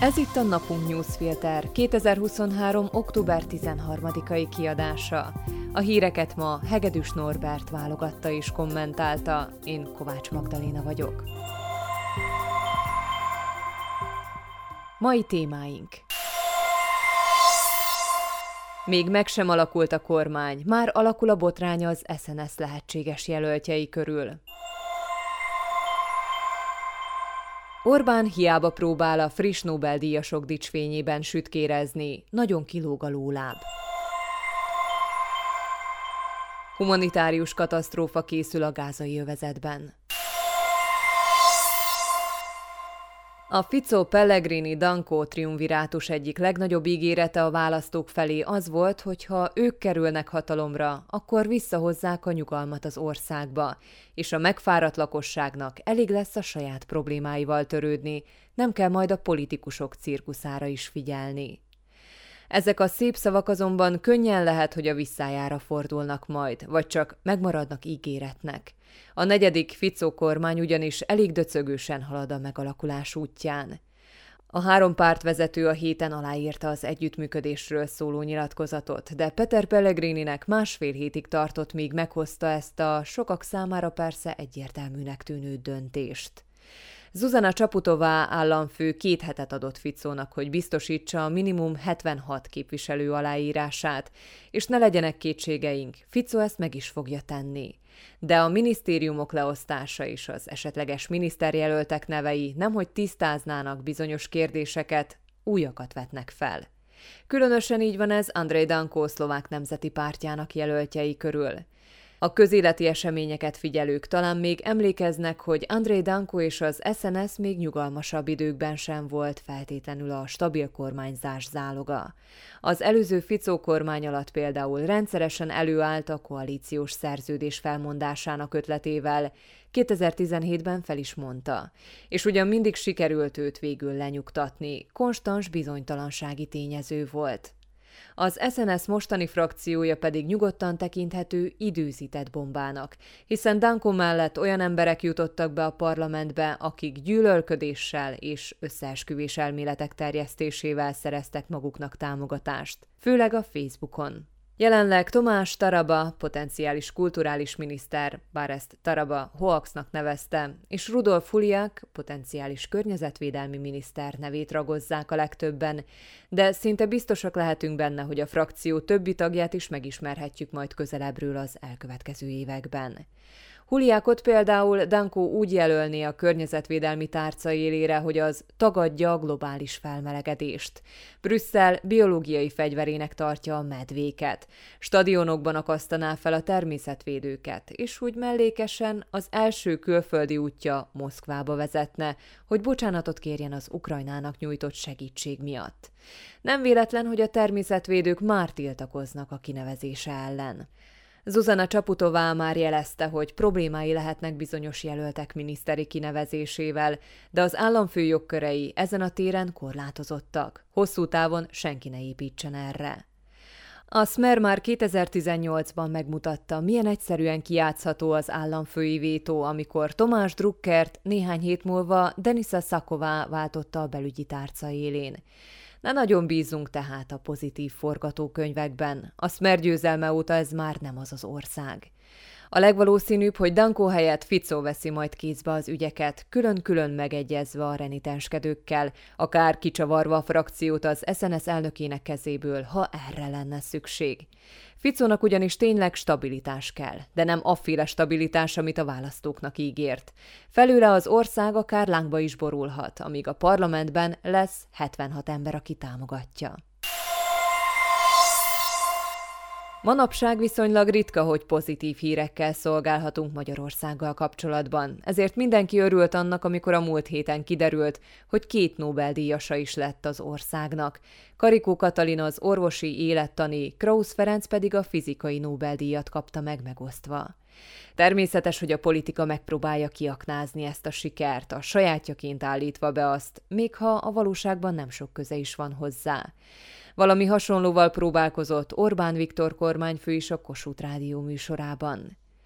Ez itt a Napunk Newsfilter 2023. október 13-ai kiadása. A híreket ma Hegedűs Norbert válogatta és kommentálta, én Kovács Magdaléna vagyok. Mai témáink. Még meg sem alakult a kormány, már alakul a botrány az SNS lehetséges jelöltjei körül. Orbán hiába próbál a friss Nobel-díjasok dicsfényében sütkérezni, nagyon kilóg a lóláb. Humanitárius katasztrófa készül a gázai övezetben. A Fico-Pellegrini-Danco triumvirátus egyik legnagyobb ígérete a választók felé az volt, hogy ha ők kerülnek hatalomra, akkor visszahozzák a nyugalmat az országba, és a megfáradt lakosságnak elég lesz a saját problémáival törődni, nem kell majd a politikusok cirkuszára is figyelni. Ezek a szép szavak azonban könnyen lehet, hogy a visszájára fordulnak majd, vagy csak megmaradnak ígéretnek. A negyedik Fico kormány ugyanis elég döcögősen halad a megalakulás útján. A három pártvezető a héten aláírta az együttműködésről szóló nyilatkozatot, de Peter Pellegrininek másfél hétig tartott, míg meghozta ezt a sokak számára persze egyértelműnek tűnő döntést. Zuzana Csaputová államfő 2 hetet adott Ficónak, hogy biztosítsa a minimum 76 képviselő aláírását, és ne legyenek kétségeink, Fico ezt meg is fogja tenni. De a minisztériumok leosztása és az esetleges miniszterjelöltek nevei nemhogy tisztáznának bizonyos kérdéseket, újakat vetnek fel. Különösen így van ez Andrej Danko szlovák nemzeti pártjának jelöltjei körül. A közéleti eseményeket figyelők talán még emlékeznek, hogy Andrej Danko és az SNS még nyugalmasabb időkben sem volt feltétlenül a stabil kormányzás záloga. Az előző Fico kormány alatt például rendszeresen előállt a koalíciós szerződés felmondásának ötletével, 2017-ben fel is mondta, és ugyan mindig sikerült őt végül lenyugtatni, konstans bizonytalansági tényező volt. Az SNS mostani frakciója pedig nyugodtan tekinthető időzített bombának, hiszen Danko mellett olyan emberek jutottak be a parlamentbe, akik gyűlölködéssel és összeesküvés elméletek terjesztésével szereztek maguknak támogatást, főleg a Facebookon. Jelenleg Tomás Taraba, potenciális kulturális miniszter, bár ezt Taraba hoaxnak nevezte, és Rudolf Huliak, potenciális környezetvédelmi miniszter nevét ragozzák a legtöbben, de szinte biztosak lehetünk benne, hogy a frakció többi tagját is megismerhetjük majd közelebbről az elkövetkező években. Huliákot például Danko úgy jelölné a környezetvédelmi tárca élére, hogy az tagadja a globális felmelegedést. Brüsszel biológiai fegyverének tartja a medvéket, stadionokban akasztaná fel a természetvédőket, és úgy mellékesen az első külföldi útja Moszkvába vezetne, hogy bocsánatot kérjen az Ukrajnának nyújtott segítség miatt. Nem véletlen, hogy a természetvédők már tiltakoznak a kinevezése ellen. Zuzana Csaputová már jelezte, hogy problémái lehetnek bizonyos jelöltek miniszteri kinevezésével, de az államfő jogkörei ezen a téren korlátozottak. Hosszú távon senki ne építsen erre. A Smer már 2018-ban megmutatta, milyen egyszerűen kijátszható az államfői vétó, amikor Tomás Druckert néhány hét múlva Denisa Szaková váltotta a belügyi tárca élén. Ne nagyon bízzunk tehát a pozitív forgatókönyvekben. A Smer győzelme óta ez már nem az az ország. A legvalószínűbb, hogy Danko helyett Fico veszi majd kézbe az ügyeket, külön-külön megegyezve a renitenskedőkkel, akár kicsavarva a frakciót az SNS elnökének kezéből, ha erre lenne szükség. Ficónak ugyanis tényleg stabilitás kell, de nem afféle stabilitás, amit a választóknak ígért. Felőle az ország akár lángba is borulhat, amíg a parlamentben lesz 76 ember, aki támogatja. Manapság viszonylag ritka, hogy pozitív hírekkel szolgálhatunk Magyarországgal kapcsolatban, ezért mindenki örült annak, amikor a múlt héten kiderült, hogy 2 Nobel-díjasa is lett az országnak. Karikó Katalin az orvosi élettani, Krausz Ferenc pedig a fizikai Nobel-díjat kapta meg megosztva. Természetes, hogy a politika megpróbálja kiaknázni ezt a sikert, a sajátjaként állítva be azt, még ha a valóságban nem sok köze is van hozzá. Valami hasonlóval próbálkozott Orbán Viktor kormányfő is a Kossuth Rádió műsorában.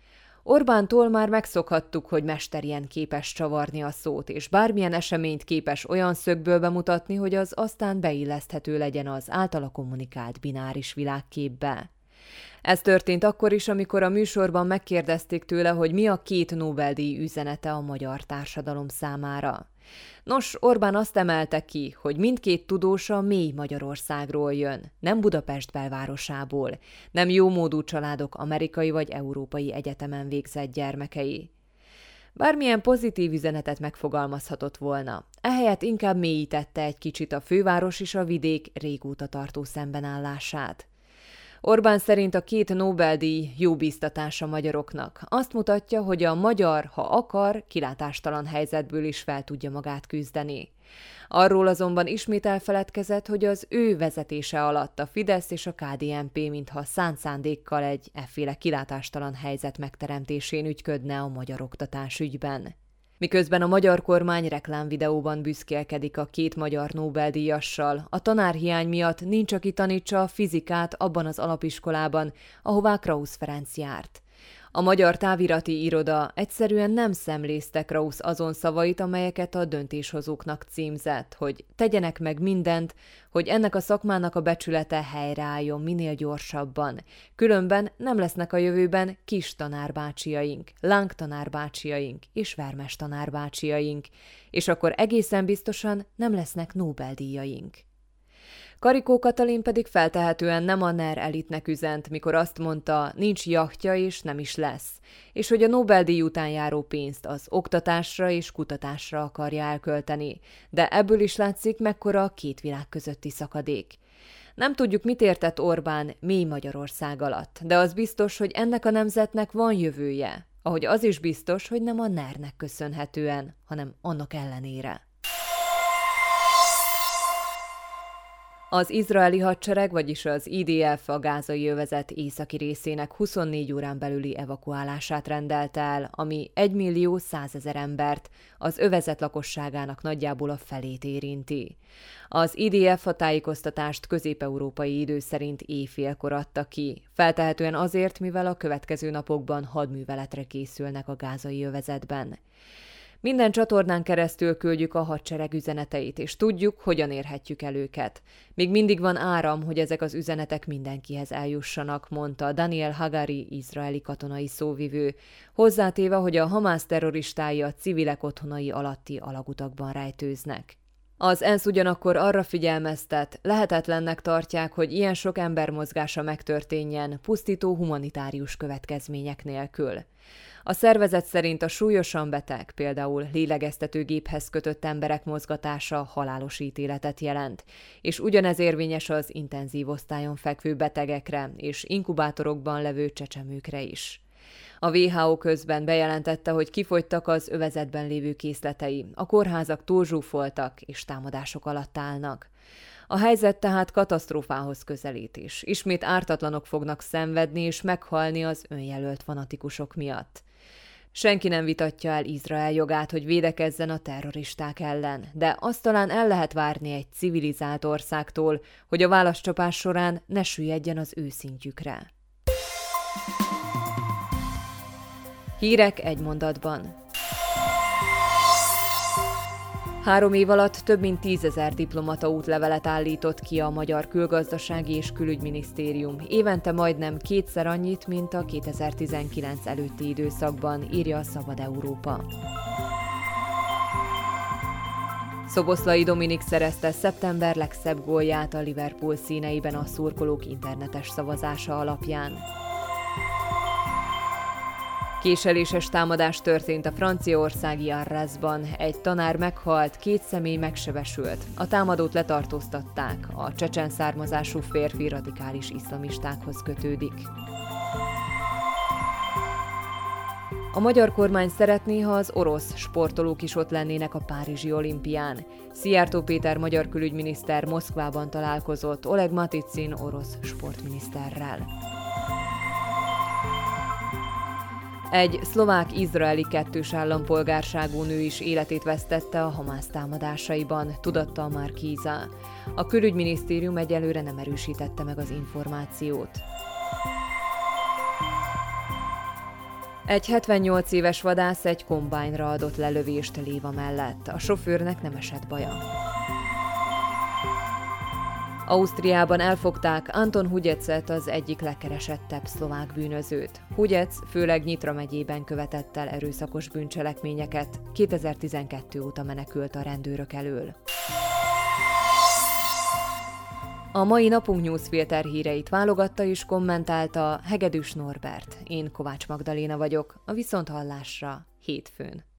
Orbántól már megszokhattuk, hogy mesterien képes csavarni a szót, és bármilyen eseményt képes olyan szögből bemutatni, hogy az aztán beilleszthető legyen az általa kommunikált bináris világképbe. Ez történt akkor is, amikor a műsorban megkérdezték tőle, hogy mi a 2 Nobel-díj üzenete a magyar társadalom számára. Nos, Orbán azt emelte ki, hogy mindkét tudósa mély Magyarországról jön, nem Budapest belvárosából, nem jómódú családok amerikai vagy európai egyetemen végzett gyermekei. Bármilyen pozitív üzenetet megfogalmazhatott volna, ehelyett inkább mélyítette egy kicsit a főváros és a vidék régóta tartó szembenállását. Orbán szerint a 2 Nobel-díj jó bíztatás a magyaroknak. Azt mutatja, hogy a magyar, ha akar, kilátástalan helyzetből is fel tudja magát küzdeni. Arról azonban ismét elfeledkezett, hogy az ő vezetése alatt a Fidesz és a KDNP mintha szánt szándékkal egy efféle kilátástalan helyzet megteremtésén ügyködne a magyar oktatás ügyben. Miközben a magyar kormány reklámvideóban büszkélkedik a 2 magyar Nobel-díjassal, a tanárhiány miatt nincs, aki tanítsa a fizikát abban az alapiskolában, ahová Krausz Ferenc járt. A magyar távirati iroda egyszerűen nem szemlézte Krausz azon szavait, amelyeket a döntéshozóknak címzett, hogy tegyenek meg mindent, hogy ennek a szakmának a becsülete helyreálljon minél gyorsabban. Különben nem lesznek a jövőben kis tanárbácsiaink, lángtanárbácsiaink és vermes tanárbácsiaink, és akkor egészen biztosan nem lesznek Nobel-díjaink. Karikó Katalin pedig feltehetően nem a NER elitnek üzent, mikor azt mondta, nincs jachtja és nem is lesz, és hogy a Nobel-díj után járó pénzt az oktatásra és kutatásra akarja elkölteni, de ebből is látszik, mekkora a 2 világ közötti szakadék. Nem tudjuk, mit értett Orbán mély Magyarország alatt, de az biztos, hogy ennek a nemzetnek van jövője, ahogy az is biztos, hogy nem a NER-nek köszönhetően, hanem annak ellenére. Az izraeli hadsereg, vagyis az IDF a gázai övezet északi részének 24 órán belüli evakuálását rendelte el, ami 1.100.000 embert, az övezet lakosságának nagyjából a felét érinti. Az IDF a tájékoztatást közép-európai idő szerint éjfélkor adta ki, feltehetően azért, mivel a következő napokban hadműveletre készülnek a gázai övezetben. Minden csatornán keresztül küldjük a hadsereg üzeneteit, és tudjuk, hogyan érhetjük el őket. Még mindig van áram, hogy ezek az üzenetek mindenkihez eljussanak, mondta Daniel Hagari, izraeli katonai szóvivő, hozzátéve, hogy a Hamász terroristái a civilek otthonai alatti alagutakban rejtőznek. Az ENSZ ugyanakkor arra figyelmeztet, lehetetlennek tartják, hogy ilyen sok embermozgása megtörténjen pusztító humanitárius következmények nélkül. A szervezet szerint a súlyosan beteg, például lélegeztetőgéphez kötött emberek mozgatása halálos ítéletet jelent, és ugyanez érvényes az intenzív osztályon fekvő betegekre és inkubátorokban levő csecsemőkre is. A WHO közben bejelentette, hogy kifogytak az övezetben lévő készletei, a kórházak túlzsúfoltak és támadások alatt állnak. A helyzet tehát katasztrófához közelít is. Ismét ártatlanok fognak szenvedni és meghalni az önjelölt fanatikusok miatt. Senki nem vitatja el Izrael jogát, hogy védekezzen a terroristák ellen, de azt talán el lehet várni egy civilizált országtól, hogy a válaszcsapás során ne süllyedjen az ő szintjükre. Hírek egy mondatban. 3 év alatt több mint 10 000 diplomata útlevelet állított ki a Magyar Külgazdasági és Külügyminisztérium, évente majdnem 2-szer annyit, mint a 2019 előtti időszakban, írja a Szabad Európa. Szoboszlai Dominik szerezte szeptember legszebb gólját a Liverpool színeiben a szurkolók internetes szavazása alapján. Késeléses támadás történt a franciaországi Arrasban, egy tanár meghalt, 2 személy megsebesült. A támadót letartóztatták, a csecsen származású férfi radikális iszlamistákhoz kötődik. A magyar kormány szeretné, ha az orosz sportolók is ott lennének a párizsi olimpián. Szijjártó Péter magyar külügyminiszter Moszkvában találkozott Oleg Maticin orosz sportminiszterrel. Egy szlovák-izraeli kettős állampolgárságú nő is életét vesztette a Hamász támadásaiban, tudatta a Markiza. A külügyminisztérium egyelőre nem erősítette meg az információt. Egy 78 éves vadász egy kombájnra adott lelövést Léva mellett. A sofőrnek nem esett baja. Ausztriában elfogták Anton Hugyecet, az egyik legkeresettebb szlovák bűnözőt. Hugyec főleg Nyitra megyében követett el erőszakos bűncselekményeket, 2012 óta menekült a rendőrök elől. A mai napunk newsfilter híreit válogatta és kommentálta Hegedűs Norbert. Én Kovács Magdaléna vagyok, a viszonthallásra hétfőn.